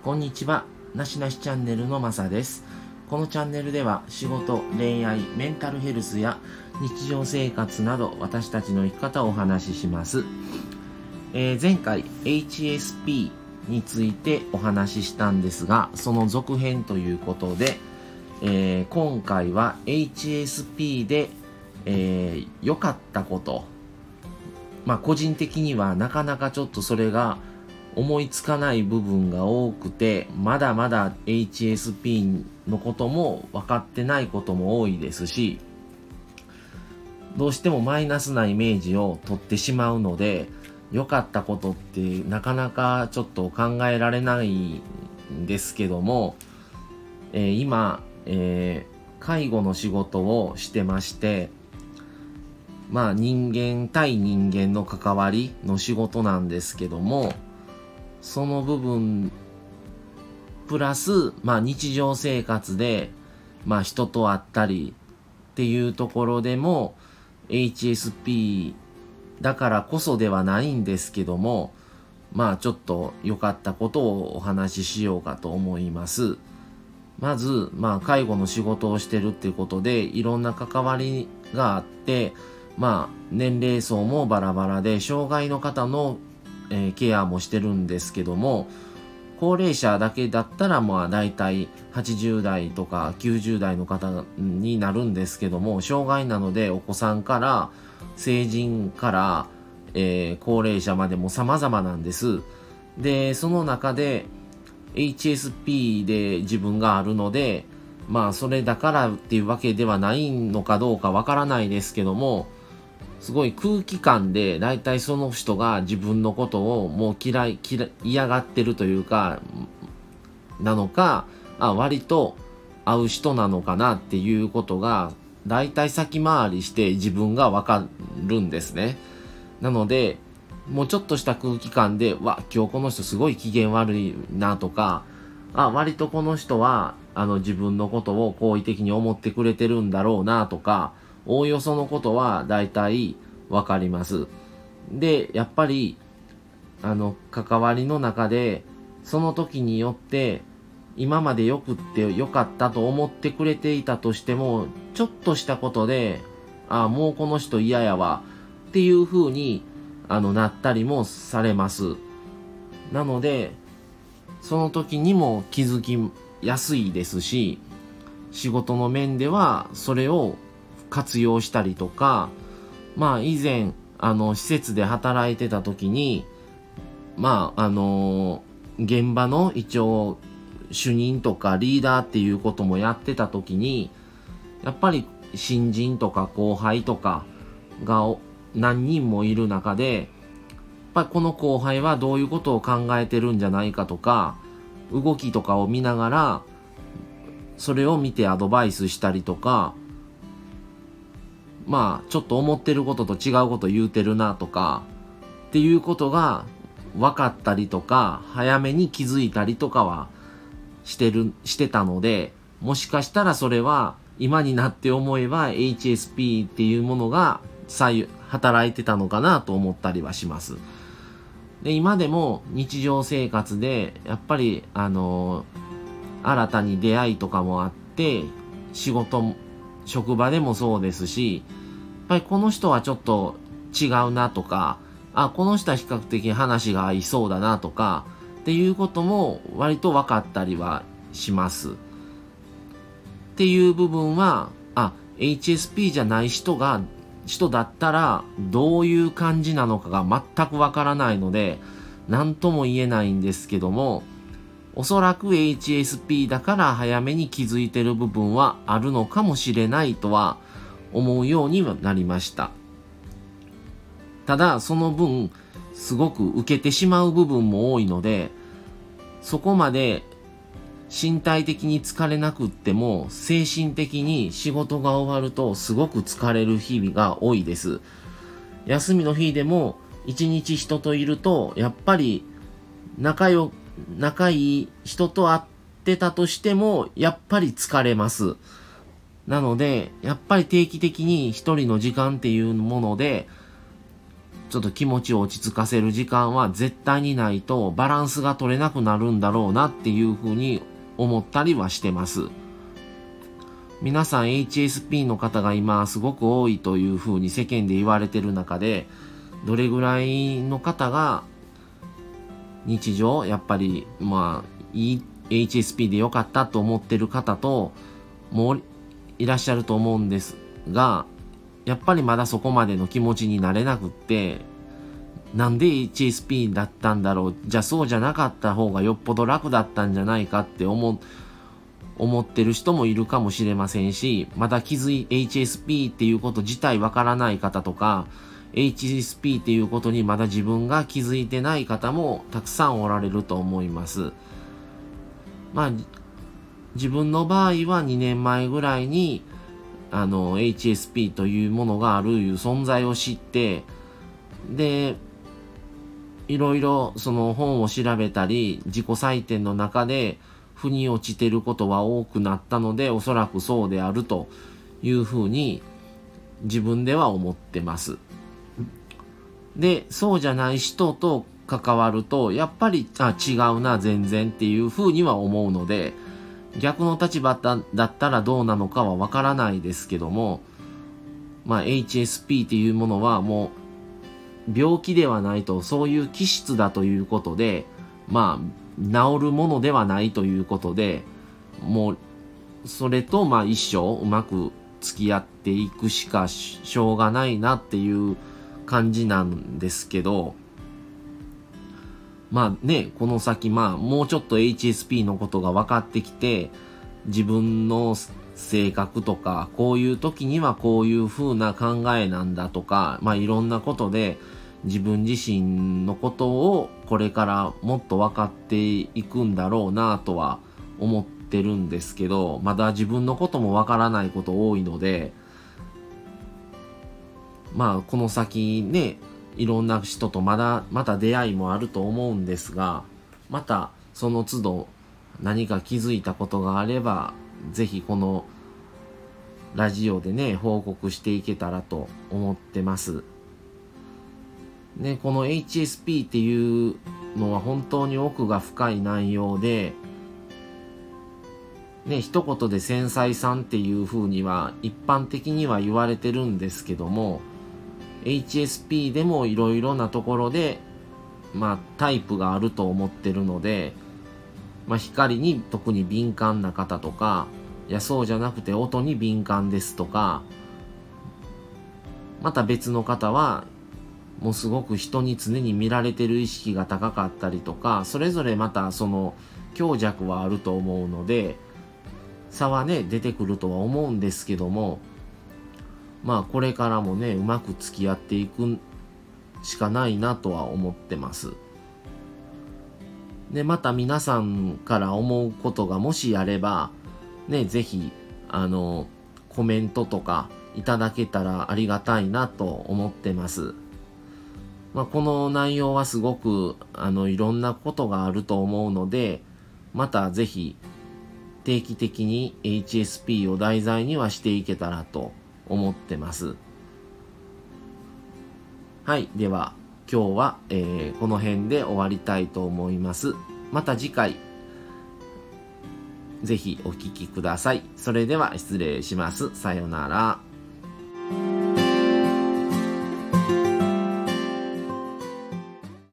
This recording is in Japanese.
こんにちは、なしなしチャンネルのまさです。このチャンネルでは仕事、恋愛、メンタルヘルスや日常生活など私たちの生き方をお話しします。前回 HSP についてお話ししたんですが、その続編ということで、今回は HSP で良かったこと、個人的にはなかなかちょっとそれが思いつかない部分が多くて、まだまだ HSP のことも分かってないことも多いですし、どうしてもマイナスなイメージを取ってしまうので、良かったことってなかなかちょっと考えられないんですけども、今、介護の仕事をしてまして、人間対人間の関わりの仕事なんですけども、その部分プラス、日常生活で、人と会ったりっていうところでも HSP だからこそではないんですけども、ちょっと良かったことをお話ししようかと思います。まず、介護の仕事をしてるっていうことでいろんな関わりがあって、年齢層もバラバラで障害の方のケアもしてるんですけども、高齢者だけだったらだいたい80代とか90代の方になるんですけども、障害なのでお子さんから成人から、高齢者までも様々なんです。で、その中で HSP で自分があるので、それだからっていうわけではないのかどうかわからないですけども、すごい空気感でだいたいその人が自分のことをもう嫌がってるというかなのか、割と合う人なのかなっていうことがだいたい先回りして自分がわかるんですね。なのでもうちょっとした空気感で、今日この人すごい機嫌悪いなとか、割とこの人は自分のことを好意的に思ってくれてるんだろうなとか、おおよそのことはだいたいわかります。で、やっぱり関わりの中でその時によって今までよくってよかったと思ってくれていたとしても、ちょっとしたことでもうこの人嫌やわっていう風になったりもされます。なのでその時にも気づきやすいですし、仕事の面ではそれを活用したりとか、以前施設で働いてた時に現場の一応主任とかリーダーっていうこともやってた時に、やっぱり新人とか後輩とかが何人もいる中で、やっぱりこの後輩はどういうことを考えてるんじゃないかとか、動きとかを見ながらそれを見てアドバイスしたりとか、ちょっと思ってることと違うこと言うてるなとかっていうことが分かったりとか、早めに気づいたりとかはしてたので、もしかしたらそれは今になって思えば HSP っていうものが働いてたのかなと思ったりはします。で、今でも日常生活でやっぱり新たに出会いとかもあって、職場でもそうですし、やっぱりこの人はちょっと違うなとか、この人は比較的話が合いそうだなとかっていうことも割と分かったりはします。っていう部分はHSP じゃない人だったらどういう感じなのかが全く分からないので何とも言えないんですけども、おそらく HSP だから早めに気づいてる部分はあるのかもしれないとは思うようにはなりました。ただその分すごく受けてしまう部分も多いので、そこまで身体的に疲れなくっても精神的に仕事が終わるとすごく疲れる日々が多いです。休みの日でも一日人といるとやっぱり仲いい人と会ってたとしてもやっぱり疲れます。なのでやっぱり定期的に一人の時間っていうものでちょっと気持ちを落ち着かせる時間は絶対にないとバランスが取れなくなるんだろうなっていうふうに思ったりはしてます。皆さん HSP の方が今すごく多いというふうに世間で言われてる中で、どれぐらいの方が日常やっぱりいい HSP でよかったと思ってる方ともういらっしゃると思うんですが、やっぱりまだそこまでの気持ちになれなくって、なんで HSP だったんだろう、じゃあそうじゃなかった方がよっぽど楽だったんじゃないかって思ってる人もいるかもしれませんし、まだHSP っていうこと自体わからない方とか、HSP っていうことにまだ自分が気づいてない方もたくさんおられると思います。自分の場合は2年前ぐらいにHSP というものがあるいう存在を知って、でいろいろその本を調べたり自己採点の中で腑に落ちてることは多くなったので、おそらくそうであるというふうに自分では思ってます。でそうじゃない人と関わるとやっぱり違うな全然っていうふうには思うので、逆の立場だったらどうなのかはわからないですけども、HSP っていうものはもう病気ではないと、そういう気質だということで、治るものではないということで、もうそれと一生うまく付き合っていくしかしょうがないなっていう感じなんですけど、この先もうちょっと HSP のことが分かってきて、自分の性格とかこういう時にはこういう風な考えなんだとか、いろんなことで自分自身のことをこれからもっと分かっていくんだろうなとは思ってるんですけど、まだ自分のことも分からないこと多いので、この先ね、いろんな人とまた出会いもあると思うんですが、またその都度何か気づいたことがあれば、ぜひこのラジオでね報告していけたらと思ってます。この HSP っていうのは本当に奥が深い内容で、一言で繊細さんっていう風には一般的には言われてるんですけども、HSP でもいろいろなところでタイプがあると思ってるので、光に特に敏感な方とか、そうじゃなくて音に敏感ですとか、また別の方はもうすごく人に常に見られてる意識が高かったりとか、それぞれまたその強弱はあると思うので差は出てくるとは思うんですけども、これからもうまく付き合っていくしかないなとは思ってます。でまた皆さんから思うことがもしあればぜひコメントとかいただけたらありがたいなと思ってます。この内容はすごくいろんなことがあると思うので、またぜひ定期的に HSP を題材にはしていけたらと思ってます。はい、では今日は、この辺で終わりたいと思います。また次回ぜひお聞きください。それでは失礼します。さようなら。